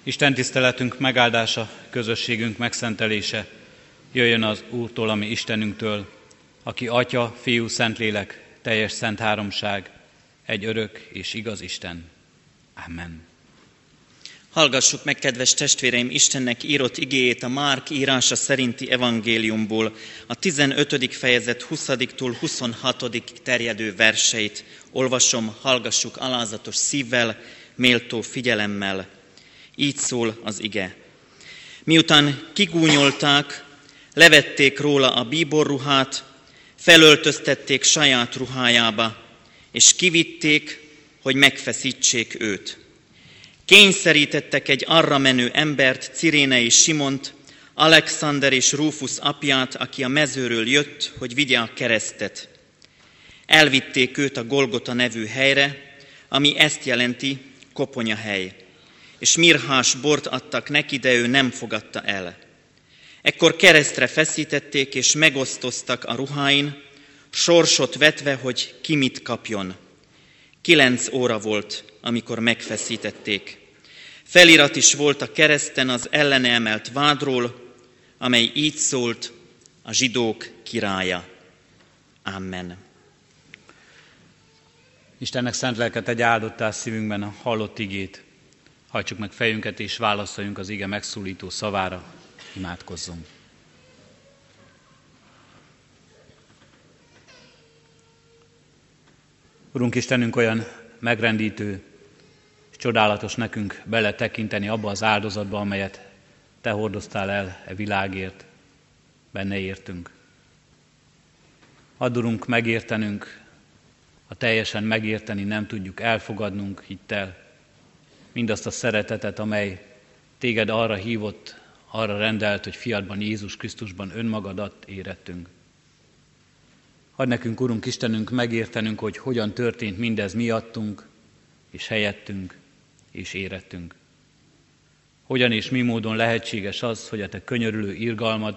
Isten tiszteletünk megáldása, közösségünk megszentelése jöjjön az Úrtól, ami Istenünktől, aki Atya, Fiú, Szentlélek, teljes szent háromság, egy örök és igaz Isten. Amen. Hallgassuk meg, kedves testvéreim, Istennek írott igéjét a Márk írása szerinti evangéliumból, a 15. fejezet 20-tól 26. terjedő verseit. Olvasom, hallgassuk alázatos szívvel, méltó figyelemmel. Így szól az ige. Miután kigúnyolták, levették róla a bíborruhát, felöltöztették saját ruhájába, és kivitték, hogy megfeszítsék őt. Kényszerítettek egy arra menő embert, Cirénei Simont, Alexander és Rúfusz apját, aki a mezőről jött, hogy vigye a keresztet. Elvitték őt a Golgota nevű helyre, ami ezt jelenti, koponyahely, és mirhás bort adtak neki, de ő nem fogadta el. Ekkor keresztre feszítették, és megosztoztak a ruháin, sorsot vetve, hogy ki mit kapjon. 9 óra volt, amikor megfeszítették. Felirat is volt a kereszten az ellene emelt vádról, amely így szólt: a zsidók királya. Amen. Istennek szent lelke tegye áldottá szívünkben a hallott igét. Hajtsuk meg fejünket és válaszoljunk az ige megszólító szavára. Imádkozzunk. Urunk Istenünk, olyan megrendítő és csodálatos nekünk beletekinteni abba az áldozatba, amelyet Te hordoztál el e világért, benne értünk. Add, Urunk, megértenünk, ha teljesen megérteni nem tudjuk, elfogadnunk hittel mindazt a szeretetet, amely Téged arra hívott, arra rendelt, hogy fiadban, Jézus Krisztusban önmagadat érettünk. Add nekünk, Urunk Istenünk, megértenünk, hogy hogyan történt mindez miattunk, és helyettünk, és érettünk. Hogyan és mi módon lehetséges az, hogy a Te könyörülő irgalmad,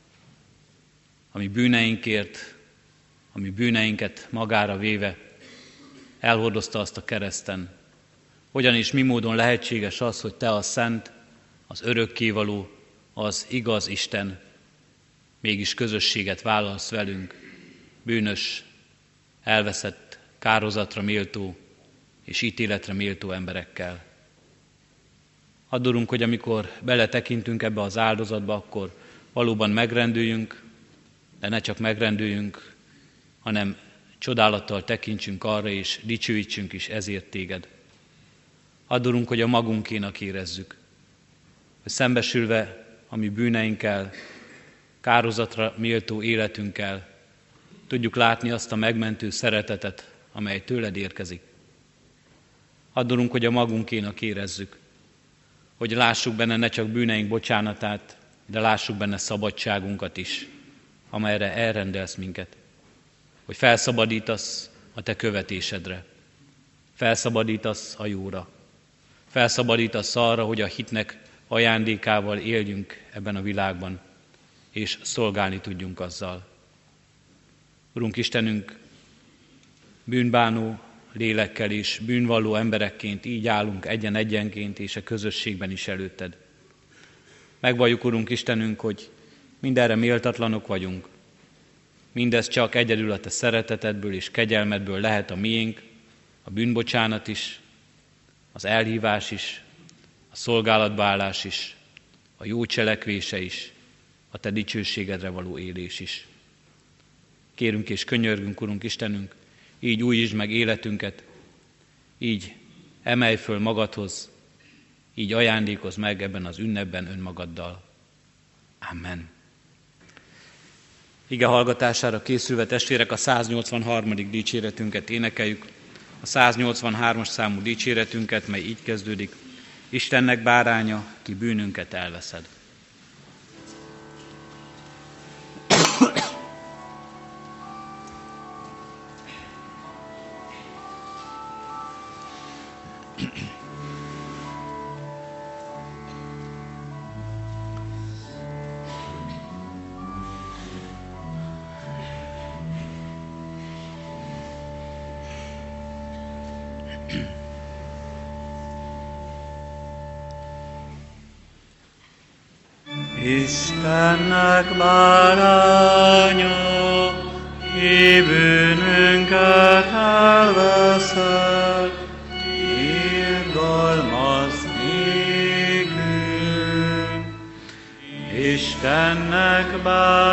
ami bűneinkért, ami bűneinket magára véve, elhordozta azt a kereszten. Hogyan és mi módon lehetséges az, hogy Te a szent, az örökkévaló, az igaz Isten, mégis közösséget vállalsz velünk, bűnös, elveszett, kározatra méltó és ítéletre méltó emberekkel. Add, Urunk, hogy amikor beletekintünk ebbe az áldozatba, akkor valóban megrendüljünk, de ne csak megrendüljünk, hanem csodálattal tekintsünk arra, és dicsőítsünk is ezért Téged. Add, Urunk, hogy a magunkénak érezzük, hogy szembesülve a mi bűneinkkel, kározatra méltó életünkkel, tudjuk látni azt a megmentő szeretetet, amely tőled érkezik. Add, Urunk, hogy a magunkénak érezzük, hogy lássuk benne ne csak bűneink bocsánatát, de lássuk benne szabadságunkat is, amelyre elrendelsz minket. Hogy felszabadítasz a Te követésedre, felszabadítasz a jóra, felszabadítasz arra, hogy a hitnek ajándékával éljünk ebben a világban, és szolgálni tudjunk azzal. Urunk Istenünk, bűnbánó lélekkel és bűnvalló emberekként így állunk egyen-egyenként és a közösségben is előtted. Megvalljuk, Urunk Istenünk, hogy mindenre méltatlanok vagyunk. Mindez csak egyedül a Te szeretetedből és kegyelmedből lehet a miénk, a bűnbocsánat is, az elhívás is, a szolgálatba állás is, a jó cselekvése is, a Te dicsőségedre való élés is. Kérünk és könyörgünk, Urunk Istenünk, így újítsd meg életünket, így emelj föl magadhoz, így ajándékozz meg ebben az ünnepben önmagaddal. Amen. Ige hallgatására készülve, testvérek, a 183. dicséretünket énekeljük, a 183-as számú dicséretünket, mely így kezdődik: Istennek báránya, ki bűnünket elveszed. Istennek báránya, ki bűnünket elveszed, irgalmaz nékünk. Istennek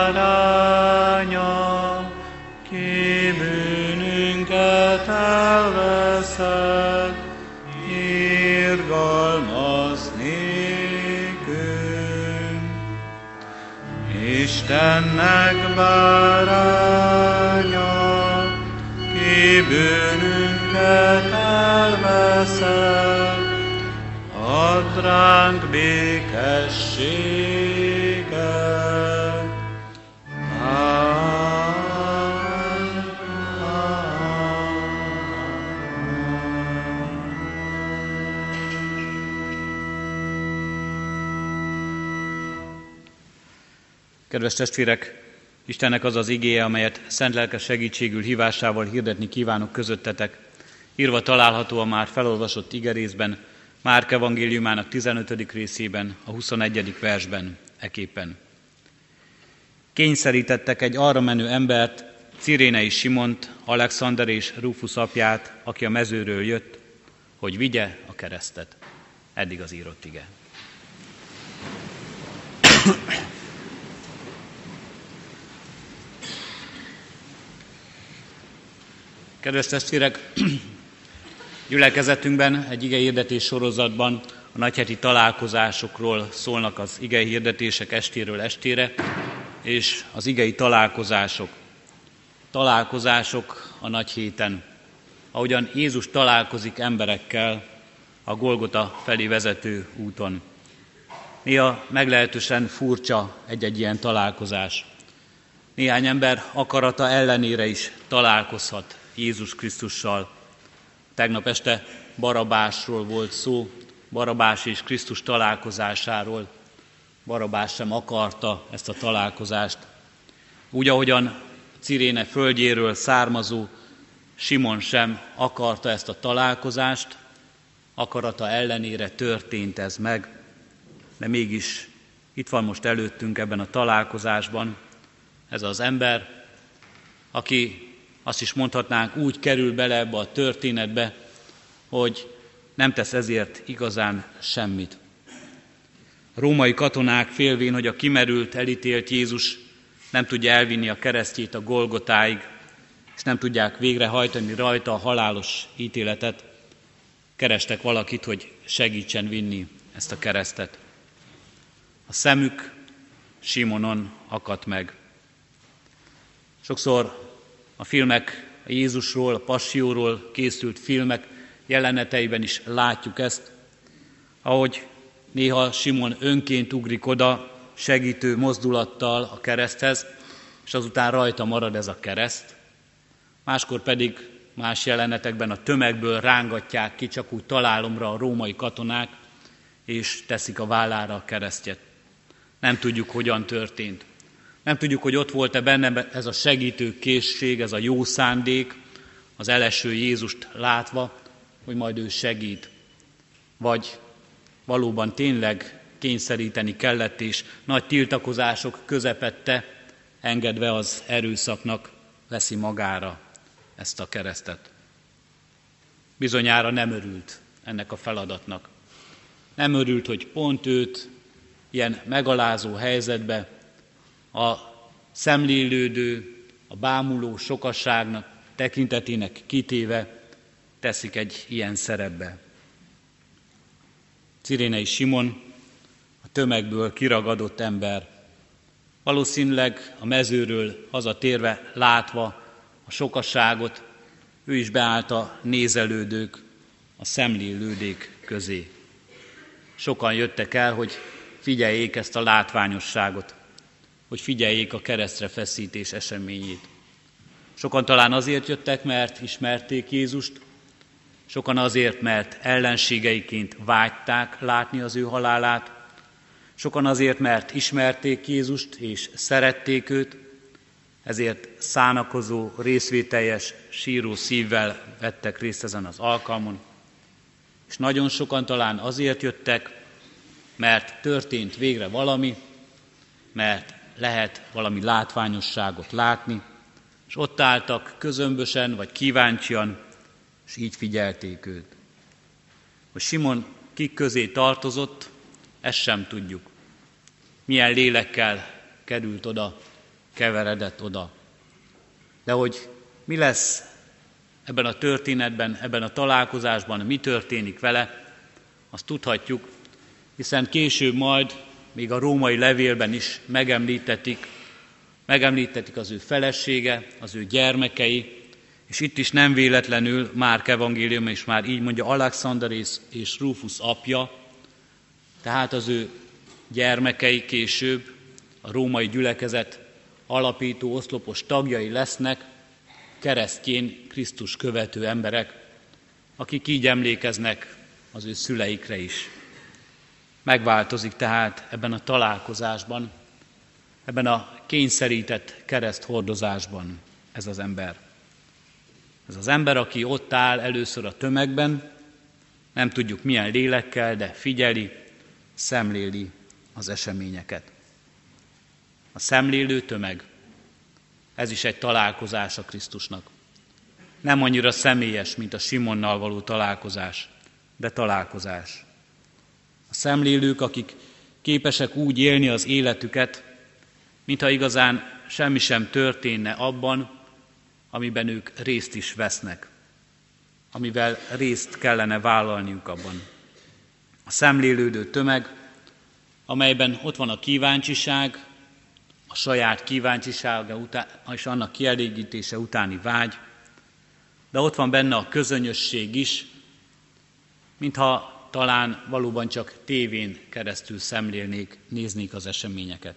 báránya, ki bűnünket elveszed, irgalmaz nékünk. Istennek báránya, ki bűnünket elveszed, add ránk békességet. Kedves testvérek, Istennek az az igéje, amelyet szent lelke segítségül hívásával hirdetni kívánok közöttetek, írva található a már felolvasott igerészben, Márk evangéliumának 15. részében, a 21. versben, eképpen. Kényszerítettek egy arra menő embert, Cirénei Simont, Alexander és Rufus apját, aki a mezőről jött, hogy vigye a keresztet. Eddig az írott ige. Kedves testvérek, gyülekezetünkben egy igehirdetés sorozatban a nagyheti találkozásokról szólnak az igehirdetések estéről estére, és az igei találkozások a nagy héten, ahogyan Jézus találkozik emberekkel a Golgota felé vezető úton. Néha meglehetősen furcsa egy-egy ilyen találkozás. Néhány ember akarata ellenére is találkozhat Jézus Krisztussal. Tegnap este Barabásról volt szó, Barabás és Krisztus találkozásáról. Barabás sem akarta ezt a találkozást. Úgy, ahogyan Ciréne földjéről származó Simon sem akarta ezt a találkozást, akarata ellenére történt ez meg, de mégis itt van most előttünk ebben a találkozásban ez az ember, aki azt is mondhatnánk, úgy kerül bele ebbe a történetbe, hogy nem tesz ezért igazán semmit. A római katonák félvén, hogy a kimerült, elítélt Jézus nem tudja elvinni a keresztjét a Golgotáig, és nem tudják végrehajtani rajta a halálos ítéletet, kerestek valakit, hogy segítsen vinni ezt a keresztet. A szemük Simonon akadt meg. Sokszor a filmek a Jézusról, a Passióról készült filmek jeleneteiben is látjuk ezt, ahogy néha Simon önként ugrik oda segítő mozdulattal a kereszthez, és azután rajta marad ez a kereszt. Máskor pedig más jelenetekben a tömegből rángatják ki csak úgy találomra a római katonák, és teszik a vállára a keresztjet. Nem tudjuk, hogyan történt. Nem tudjuk, hogy ott volt-e benne ez a segítő készség, ez a jó szándék, az eleső Jézust látva, hogy majd ő segít. Vagy valóban tényleg kényszeríteni kellett, és nagy tiltakozások közepette, engedve az erőszaknak, veszi magára ezt a keresztet. Bizonyára nem örült ennek a feladatnak. Nem örült, hogy pont őt ilyen megalázó helyzetbe a szemlélődő, a bámuló sokasságnak tekintetének kitéve teszik egy ilyen szerepbe. Cirénei Simon, a tömegből kiragadott ember, valószínűleg a mezőről hazatérve látva a sokasságot, ő is beállt a nézelődők, a szemlélődék közé. Sokan jöttek el, hogy figyeljék ezt a látványosságot, hogy figyeljék a keresztre feszítés eseményét. Sokan talán azért jöttek, mert ismerték Jézust, sokan azért, mert ellenségeiként vágyták látni az ő halálát, sokan azért, mert ismerték Jézust és szerették őt, ezért szánakozó, részvételjes, síró szívvel vettek részt ezen az alkalmon. És nagyon sokan talán azért jöttek, mert történt végre valami, mert lehet valami látványosságot látni, és ott álltak közömbösen vagy kíváncsian, és így figyelték őt. Hogy Simon kik közé tartozott, ezt sem tudjuk. Milyen lélekkel került oda, keveredett oda. De hogy mi lesz ebben a történetben, ebben a találkozásban, mi történik vele, azt tudhatjuk, hiszen később majd még a római levélben is megemlítetik az ő felesége, az ő gyermekei, és itt is nem véletlenül Márk evangéliuma is már így mondja, Alexander és Rufus apja, tehát az ő gyermekei később a római gyülekezet alapító oszlopos tagjai lesznek, keresztjén Krisztus követő emberek, akik így emlékeznek az ő szüleikre is. Megváltozik tehát ebben a találkozásban, ebben a kényszerített kereszthordozásban ez az ember. Ez az ember, aki ott áll először a tömegben, nem tudjuk milyen lélekkel, de figyeli, szemléli az eseményeket. A szemlélő tömeg, ez is egy találkozás a Krisztusnak. Nem annyira személyes, mint a Simonnal való találkozás, de találkozás. A szemlélők, akik képesek úgy élni az életüket, mintha igazán semmi sem történne abban, amiben ők részt is vesznek, amivel részt kellene vállalniuk abban. A szemlélődő tömeg, amelyben ott van a kíváncsiság, a saját kíváncsisága és annak kielégítése utáni vágy, de ott van benne a közönyösség is, mintha talán valóban csak tévén keresztül néznék az eseményeket.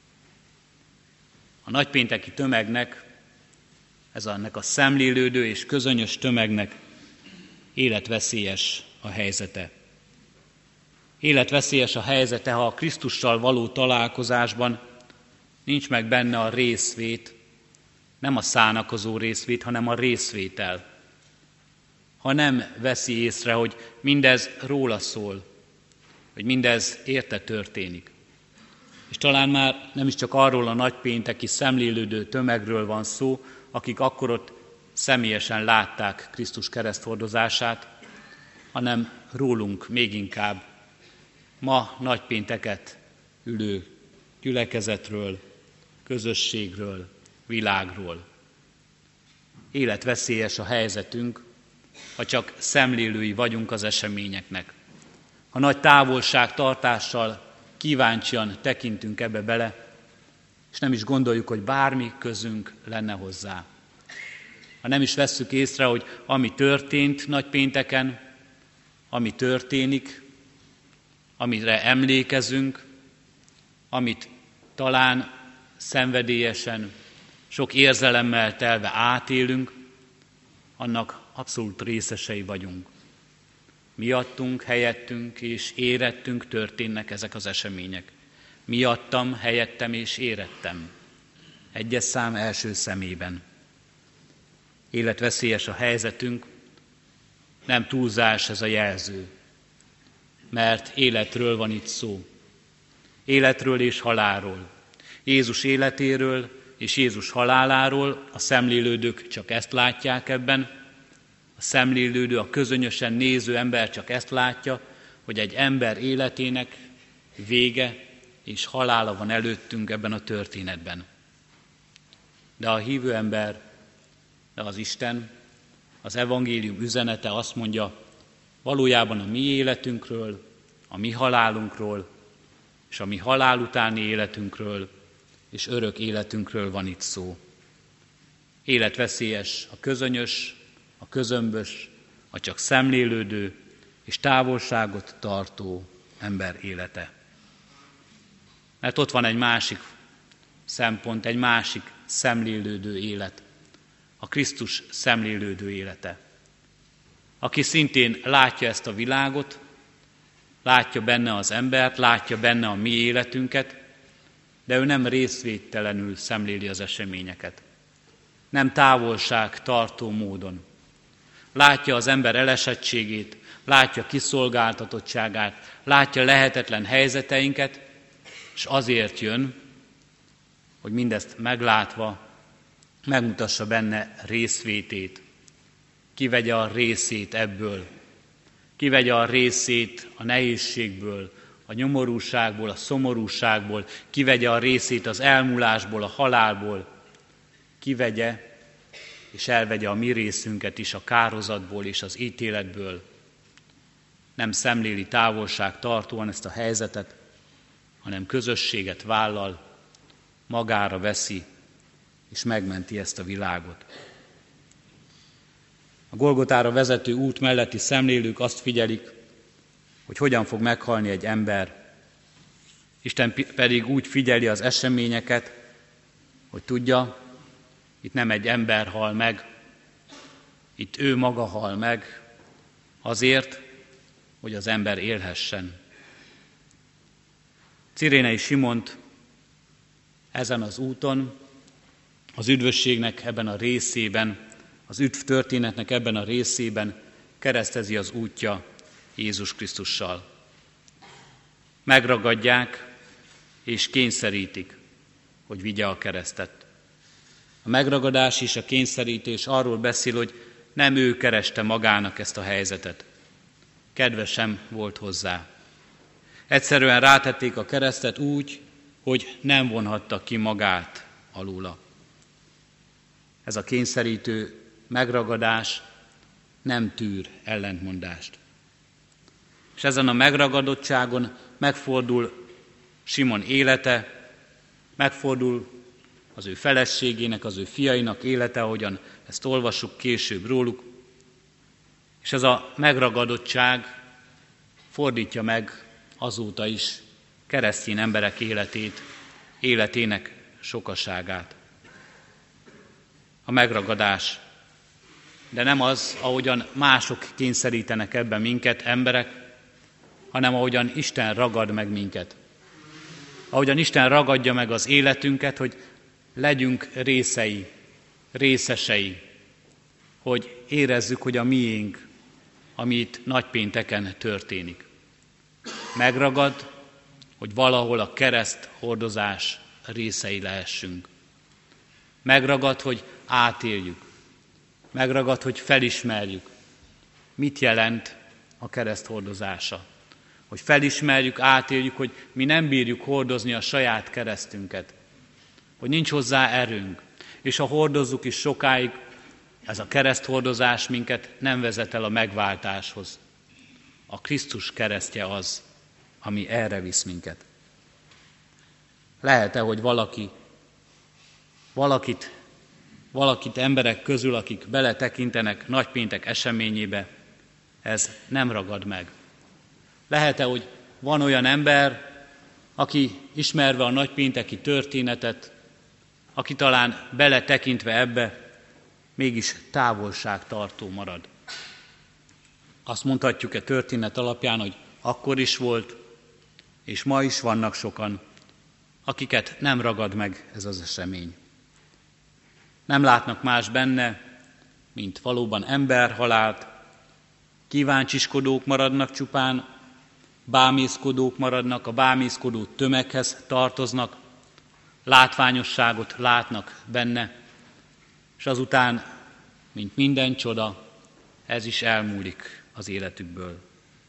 A nagypénteki tömegnek, ennek a szemlélődő és közönyös tömegnek életveszélyes a helyzete. Életveszélyes a helyzete, ha a Krisztussal való találkozásban nincs meg benne a részvét, nem a szánakozó részvét, hanem a részvétel. Ha nem veszi észre, hogy mindez róla szól, hogy mindez érte történik. És talán már nem is csak arról a nagypénteki szemlélődő tömegről van szó, akik akkor ott személyesen látták Krisztus kereszthordozását, hanem rólunk még inkább ma nagypénteket ülő gyülekezetről, közösségről, világról. Életveszélyes a helyzetünk, ha csak szemlélői vagyunk az eseményeknek. Ha nagy távolságtartással kíváncsian tekintünk ebbe bele, és nem is gondoljuk, hogy bármi közünk lenne hozzá. Ha nem is vesszük észre, hogy ami történt nagypénteken, ami történik, amire emlékezünk, amit talán szenvedélyesen, sok érzelemmel telve átélünk, annak abszolút részesei vagyunk. Miattunk, helyettünk és érettünk történnek ezek az események. Miattam, helyettem és érettem. Egyes szám első szemében. Életveszélyes a helyzetünk, nem túlzás ez a jelző, mert életről van itt szó. Életről és halálról. Jézus életéről és Jézus haláláról a szemlélődők csak ezt látják ebben. A szemlélődő, a közönösen néző ember csak ezt látja, hogy egy ember életének vége és halála van előttünk ebben a történetben. De a hívő ember, de az Isten, az evangélium üzenete azt mondja, valójában a mi életünkről, a mi halálunkról, és a mi halál utáni életünkről, és örök életünkről van itt szó. Életveszélyes a közönyös, a közömbös, a csak szemlélődő és távolságot tartó ember élete. Mert ott van egy másik szempont, egy másik szemlélődő élet, a Krisztus szemlélődő élete. Aki szintén látja ezt a világot, látja benne az embert, látja benne a mi életünket, de ő nem részvételenül szemléli az eseményeket. Nem távolság tartó módon. Látja az ember elesettségét, látja kiszolgáltatottságát, látja lehetetlen helyzeteinket, és azért jön, hogy mindezt meglátva megmutassa benne részvétét, kivegye a részét ebből, kivegye a részét a nehézségből, a nyomorúságból, a szomorúságból, kivegye a részét az elmúlásból, a halálból, kivegye és elvegye a mi részünket is a kárhozatból és az ítéletből. Nem szemléli távolságtartóan ezt a helyzetet, hanem közösséget vállal, magára veszi és megmenti ezt a világot. A Golgotára vezető út melletti szemlélők azt figyelik, hogy hogyan fog meghalni egy ember. Isten pedig úgy figyeli az eseményeket, hogy tudja, itt nem egy ember hal meg, itt ő maga hal meg, azért, hogy az ember élhessen. Cirénei Simont ezen az úton, az üdvösségnek ebben a részében, az üdv történetnek ebben a részében keresztezi az útja Jézus Krisztussal. Megragadják és kényszerítik, hogy vigye a keresztet. A megragadás és a kényszerítés arról beszél, hogy nem ő kereste magának ezt a helyzetet. Kedve sem volt hozzá. Egyszerűen rátették a keresztet úgy, hogy nem vonhatta ki magát alóla. Ez a kényszerítő megragadás nem tűr ellentmondást. És ezen a megragadottságon megfordul Simon élete, megfordul az ő feleségének, az ő fiainak élete, ahogyan ezt olvassuk később róluk, és ez a megragadottság fordítja meg azóta is keresztény emberek életének sokaságát. A megragadás, de nem az, ahogyan mások kényszerítenek ebben minket, emberek, hanem ahogyan Isten ragad meg minket. Ahogyan Isten ragadja meg az életünket, hogy legyünk részesei, hogy érezzük, hogy a miénk, ami itt nagypénteken történik. Megragad, hogy valahol a kereszt hordozás részei lehessünk. Megragad, hogy átéljük. Megragad, hogy felismerjük, mit jelent a kereszt hordozása. Hogy felismerjük, átéljük, hogy mi nem bírjuk hordozni a saját keresztünket. Hogy nincs hozzá erőnk. És ha hordozzuk is sokáig, ez a kereszthordozás minket nem vezet el a megváltáshoz. A Krisztus keresztje az, ami erre visz minket. Lehet-e, hogy valakit emberek közül, akik beletekintenek nagypéntek eseményébe, ez nem ragad meg? Lehet-e, hogy van olyan ember, aki ismerve a nagypénteki történetet, aki talán beletekintve ebbe, mégis távolságtartó marad? Azt mondhatjuk-e történet alapján, hogy akkor is volt, és ma is vannak sokan, akiket nem ragad meg ez az esemény. Nem látnak más benne, mint valóban emberhalált, kíváncsiskodók maradnak csupán, bámészkodók maradnak, a bámészkodó tömeghez tartoznak, látványosságot látnak benne, és azután, mint minden csoda, ez is elmúlik az életükből.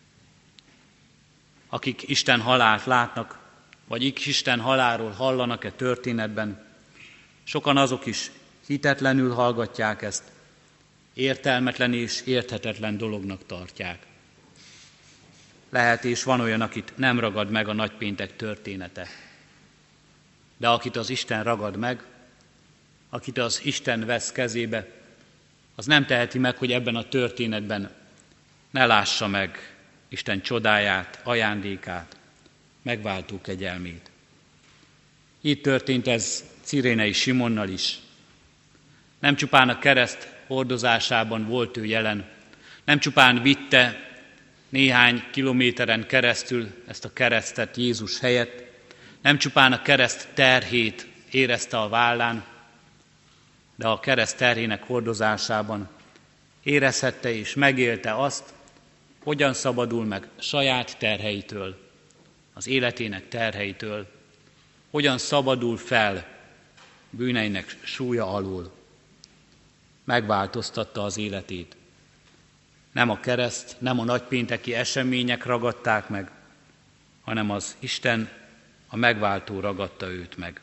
Akik Isten halált látnak, vagy Isten halálról hallanak-e történetben, sokan azok is hitetlenül hallgatják ezt, értelmetlen és érthetetlen dolognak tartják. Lehet és van olyan, akit nem ragad meg a nagypéntek története. De akit az Isten ragad meg, akit az Isten vesz kezébe, az nem teheti meg, hogy ebben a történetben ne lássa meg Isten csodáját, ajándékát, megváltó kegyelmét. Így történt ez Cirénei Simonnal is. Nem csupán a kereszt hordozásában volt ő jelen, nem csupán vitte néhány kilométeren keresztül ezt a keresztet Jézus helyett, nem csupán a kereszt terhét érezte a vállán, de a kereszt terhének hordozásában érezhette és megélte azt, hogyan szabadul meg saját terheitől, az életének terheitől, hogyan szabadul fel bűneinek súlya alól. Megváltoztatta az életét. Nem a kereszt, nem a nagypénteki események ragadták meg, hanem az Isten, a megváltó ragadta őt meg.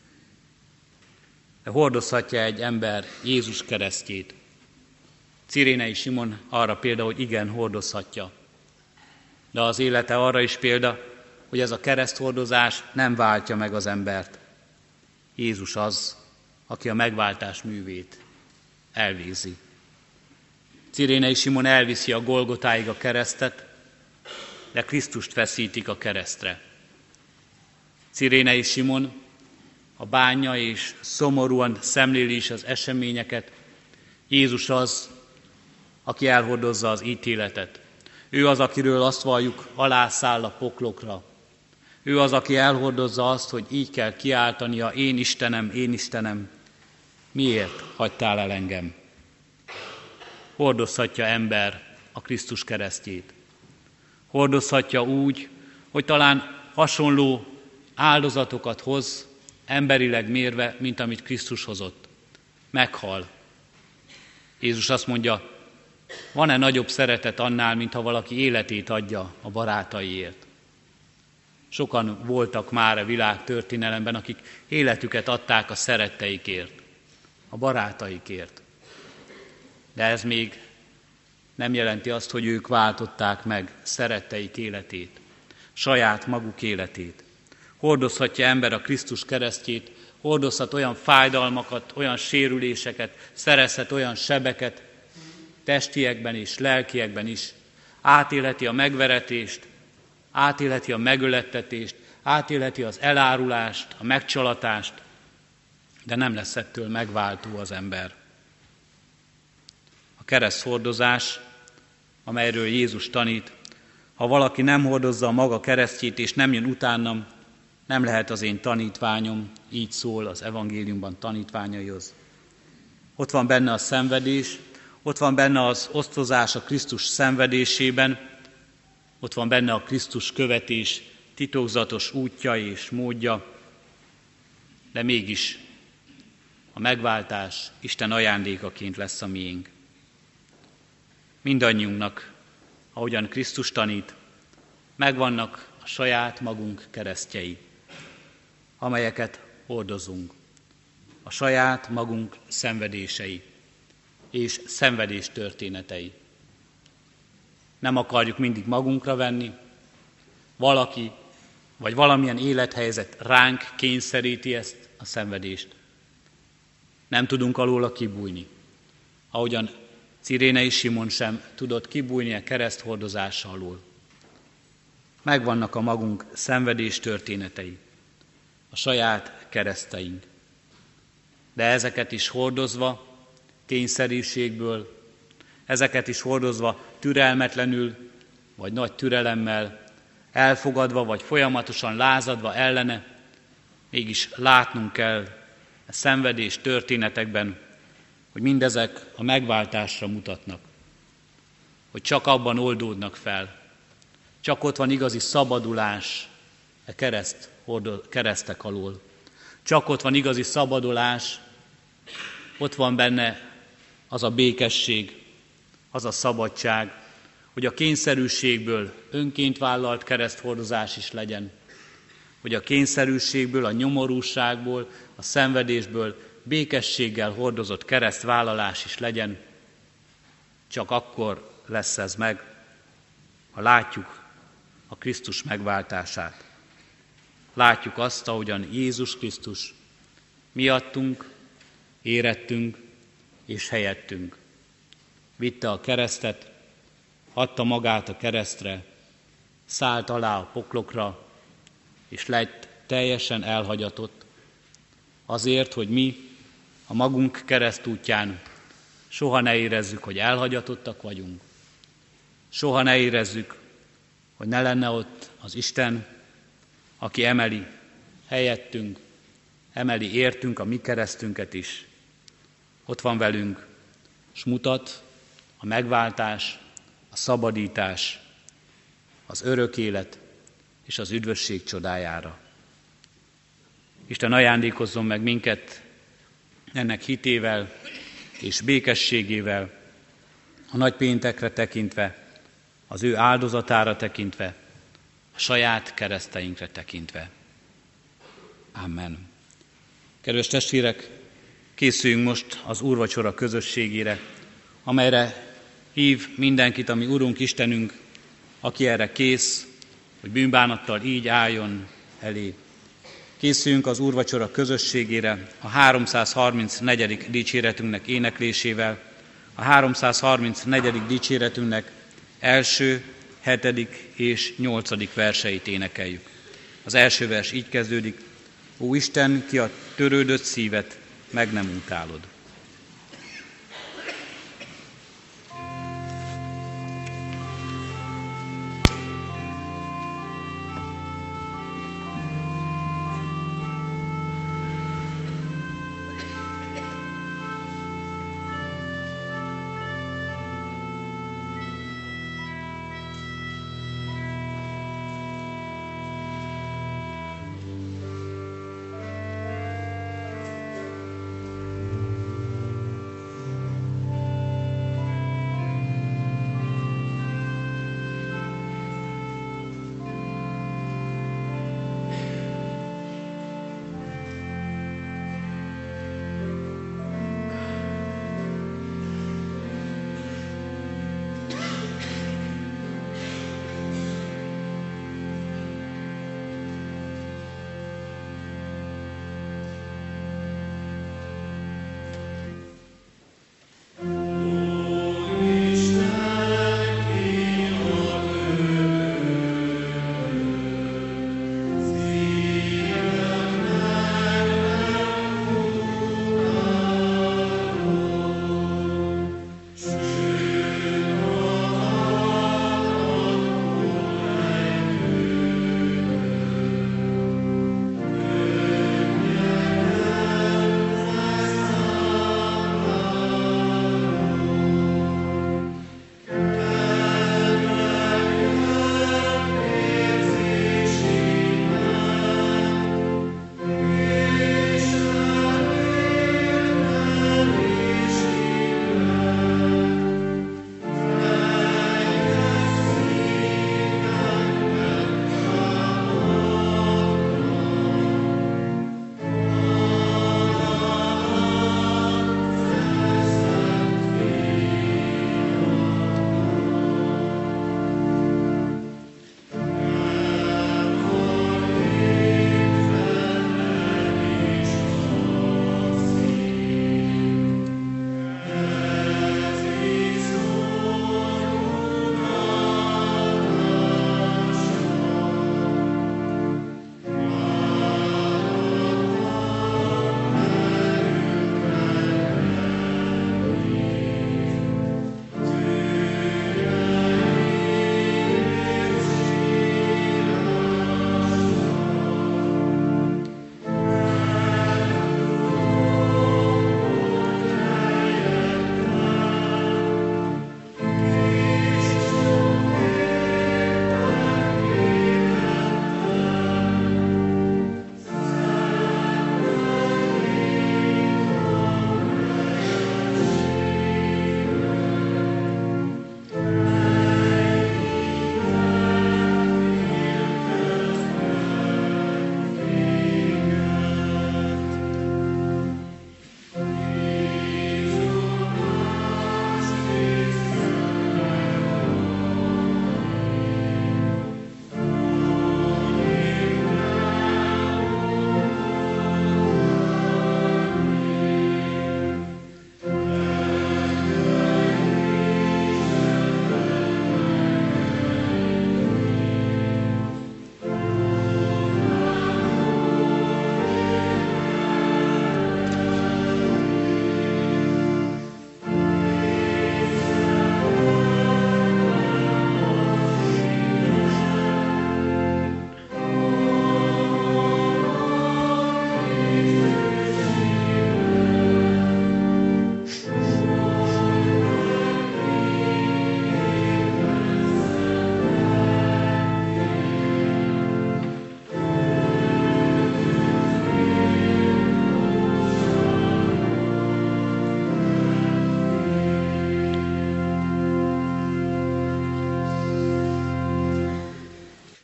De hordozhatja egy ember Jézus keresztjét? Cirénei Simon arra példa, hogy igen, hordozhatja. De az élete arra is példa, hogy ez a kereszthordozás nem váltja meg az embert. Jézus az, aki a megváltás művét elvégzi. Cirénei Simon elviszi a Golgotáig a keresztet, de Krisztust feszítik a keresztre. Cirénei Simon a bánja és szomorúan szemléli is az eseményeket. Jézus az, aki elhordozza az ítéletet. Ő az, akiről azt valljuk, alászáll a poklokra. Ő az, aki elhordozza azt, hogy így kell kiáltania, én Istenem, miért hagytál el engem? Hordozhatja ember a Krisztus keresztjét. Hordozhatja úgy, hogy talán hasonló áldozatokat hoz, emberileg mérve, mint amit Krisztus hozott. Meghal. Jézus azt mondja, van-e nagyobb szeretet annál, mint ha valaki életét adja a barátaiért? Sokan voltak már a világ történelemben, akik életüket adták a szeretteikért, a barátaikért. De ez még nem jelenti azt, hogy ők váltották meg szeretteik életét, saját maguk életét. Hordozhatja ember a Krisztus keresztjét, hordozhat olyan fájdalmakat, olyan sérüléseket, szerezhet olyan sebeket, testiekben és lelkiekben is. Átélheti a megveretést, átélheti a megölettetést, átélheti az elárulást, a megcsalatást, de nem lesz ettől megváltó az ember. A kereszthordozás, amelyről Jézus tanít, ha valaki nem hordozza a maga keresztjét és nem jön utánam, nem lehet az én tanítványom, így szól az evangéliumban tanítványaihoz. Ott van benne a szenvedés, ott van benne az osztozás a Krisztus szenvedésében, ott van benne a Krisztus követés titokzatos útja és módja, de mégis a megváltás Isten ajándékaként lesz a miénk. Mindannyiunknak, ahogyan Krisztus tanít, megvannak a saját magunk keresztjei, amelyeket hordozunk, a saját magunk szenvedései és szenvedés történetei. Nem akarjuk mindig magunkra venni, valaki vagy valamilyen élethelyzet ránk kényszeríti ezt a szenvedést. Nem tudunk alóla kibújni, ahogyan Cirénei Simon sem tudott kibújni a kereszthordozása alól. Megvannak a magunk szenvedés történetei, a saját kereszteink. De ezeket is hordozva, kényszerűségből, ezeket is hordozva türelmetlenül, vagy nagy türelemmel, elfogadva, vagy folyamatosan lázadva ellene, mégis látnunk kell a szenvedés történetekben, hogy mindezek a megváltásra mutatnak, hogy csak abban oldódnak fel, csak ott van igazi szabadulás a keresztek alól. Csak ott van igazi szabadulás, ott van benne az a békesség, az a szabadság, hogy a kényszerűségből önként vállalt kereszthordozás is legyen, hogy a kényszerűségből, a nyomorúságból, a szenvedésből békességgel hordozott keresztvállalás is legyen. Csak akkor lesz ez meg, ha látjuk a Krisztus megváltását. Látjuk azt, ahogyan Jézus Krisztus miattunk, érettünk és helyettünk. Vitte a keresztet, adta magát a keresztre, szállt alá a poklokra, és lett teljesen elhagyatott, azért, hogy mi a magunk keresztútján soha ne érezzük, hogy elhagyatottak vagyunk. Soha ne érezzük, hogy ne lenne ott az Isten, aki emeli helyettünk, emeli értünk a mi keresztünket is. Ott van velünk, és mutat a megváltás, a szabadítás, az örök élet és az üdvösség csodájára. Isten ajándékozzon meg minket ennek hitével és békességével, a nagypéntekre tekintve, az ő áldozatára tekintve, a saját kereszteinkre tekintve. Amen. Kedves testvérek, készüljünk most az úrvacsora közösségére, amelyre hív mindenkit, ami Urunk Istenünk, aki erre kész, hogy bűnbánattal így álljon elé. Készüljünk az úrvacsora közösségére a 334. dicséretünknek éneklésével, a 334. dicséretünknek első, 7. és 8. verseit énekeljük. Az első vers így kezdődik: Ó Isten, ki a törődött szívet meg nem utálod.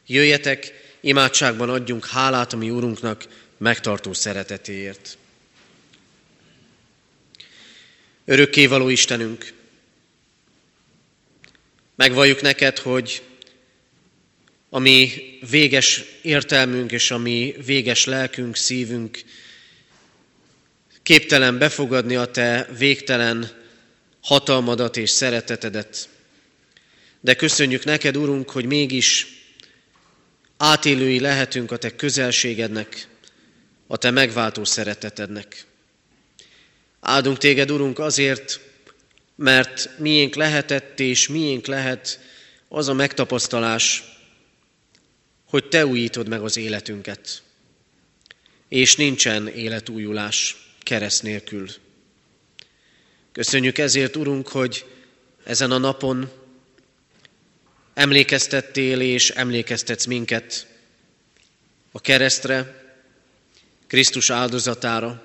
Jöjjetek, imádságban adjunk hálát a mi Urunknak megtartó szeretetéért. Örökkévaló Istenünk, megvalljuk neked, hogy a mi véges értelmünk és a mi véges lelkünk, szívünk képtelen befogadni a te végtelen hatalmadat és szeretetedet. De köszönjük neked, Urunk, hogy mégis átélői lehetünk a te közelségednek, a te megváltó szeretetednek. Áldunk téged, Urunk, azért, mert miénk lehetett és miénk lehet az a megtapasztalás, hogy te újítod meg az életünket, és nincsen életújulás kereszt nélkül. Köszönjük ezért, Urunk, hogy ezen a napon emlékeztettél és emlékeztetsz minket a keresztre, Krisztus áldozatára,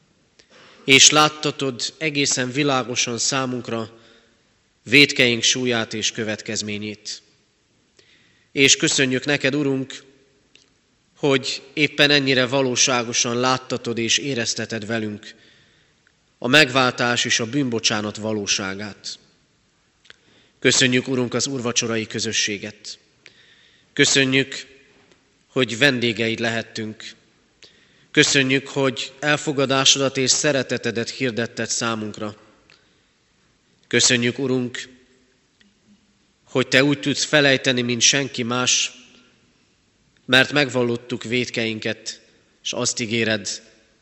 és láttatod egészen világosan számunkra vétkeink súlyát és következményét. És köszönjük neked, Urunk, hogy éppen ennyire valóságosan láttatod és érezteted velünk a megváltás és a bűnbocsánat valóságát. Köszönjük, Urunk, az úrvacsorai közösséget. Köszönjük, hogy vendégeid lehettünk. Köszönjük, hogy elfogadásodat és szeretetedet hirdetted számunkra. Köszönjük, Urunk, hogy te úgy tudsz felejteni, mint senki más, mert megvallottuk vétkeinket, és azt ígéred,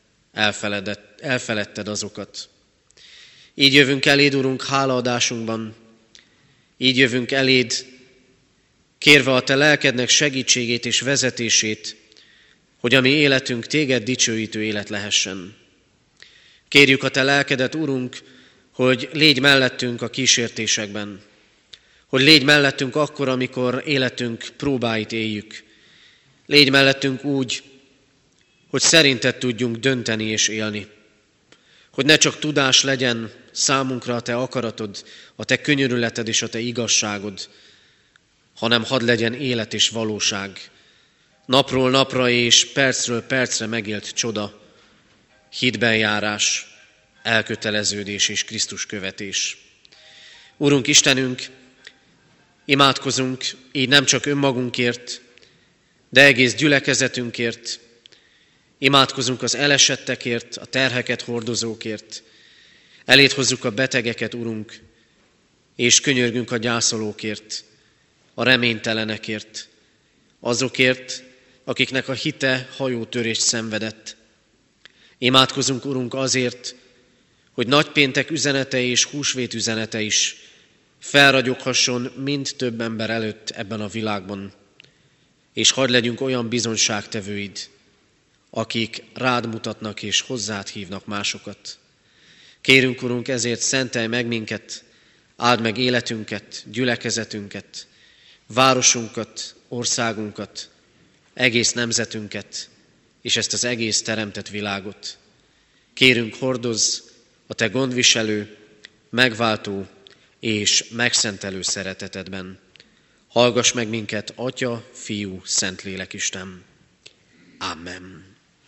elfeledted azokat. Így jövünk eléd, Urunk, hálaadásunkban, így jövünk eléd, kérve a te lelkednek segítségét és vezetését, hogy a mi életünk téged dicsőítő élet lehessen. Kérjük a te lelkedet, Urunk, hogy légy mellettünk a kísértésekben, hogy légy mellettünk akkor, amikor életünk próbáit éljük. Légy mellettünk úgy, hogy szerinted tudjunk dönteni és élni. Hogy ne csak tudás legyen számunkra a te akaratod, a te könyörületed és a te igazságod, hanem hadd legyen élet és valóság. Napról napra és percről percre megélt csoda, hitben járás, elköteleződés és Krisztus követés. Urunk Istenünk, imádkozunk így nem csak önmagunkért, de egész gyülekezetünkért. Imádkozunk az elesettekért, a terheket hordozókért. Eléd hozzuk a betegeket, Urunk, és könyörgünk a gyászolókért, a reménytelenekért, azokért, akiknek a hite hajótörést szenvedett. Imádkozunk, Urunk, azért, hogy nagypéntek üzenete és húsvét üzenete is felragyoghasson mind több ember előtt ebben a világban, és hadd legyünk olyan bizonságtevőid, akik rád mutatnak és hozzád hívnak másokat. Kérünk, Urunk, ezért szentelj meg minket, áld meg életünket, gyülekezetünket, városunkat, országunkat, egész nemzetünket, és ezt az egész teremtett világot. Kérünk, hordozz a te gondviselő, megváltó és megszentelő szeretetedben. Hallgass meg minket, Atya, Fiú, Szentlélek Isten. Amen.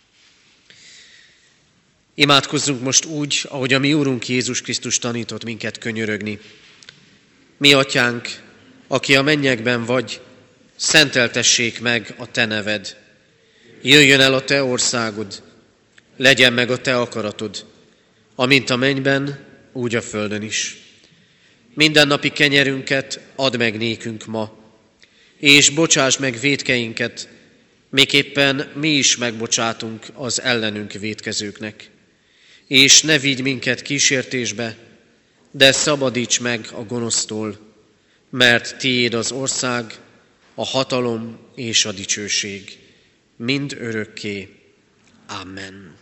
Imádkozzunk most úgy, ahogy a mi Úrunk Jézus Krisztus tanított minket könyörögni. Mi Atyánk, aki a mennyekben vagy, szenteltessék meg a te neved. Jöjjön el a te országod, legyen meg a te akaratod, amint a mennyben, úgy a földön is. Mindennapi kenyerünket add meg nékünk ma, és bocsáss meg vétkeinket, miképpen mi is megbocsátunk az ellenünk vétkezőknek. És ne vigy minket kísértésbe, de szabadíts meg a gonosztól, mert tiéd az ország, a hatalom és a dicsőség, mind örökké. Amen.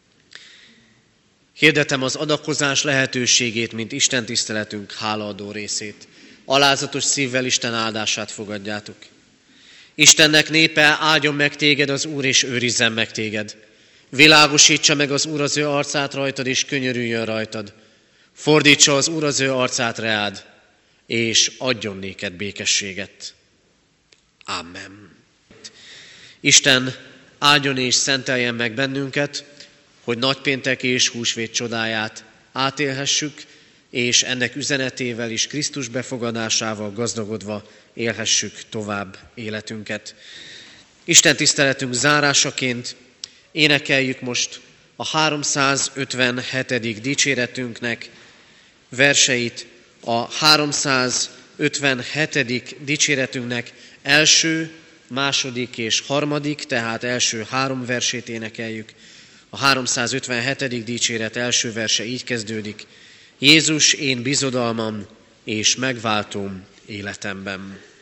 Hirdetem az adakozás lehetőségét, mint Isten tiszteletünk hálaadó részét. Alázatos szívvel Isten áldását fogadjátok. Istennek népe, áldjon meg téged az Úr, és őrizzen meg téged. Világosítsa meg az Úr az ő arcát rajtad, és könyörüljön rajtad. Fordítsa az Úr az ő arcát reád, és adjon néked békességet. Amen. itt. Isten áldjon és szenteljen meg bennünket, hogy nagypéntek és húsvét csodáját átélhessük, és ennek üzenetével és Krisztus befogadásával gazdagodva élhessük tovább életünket. Isten tiszteletünk zárásaként énekeljük most a 357. dicséretünknek verseit, a 357. dicséretünknek első, második és harmadik, tehát első 3 versét énekeljük. A 357. dicséret első verse így kezdődik: Jézus, én bizodalmam és megváltom életemben.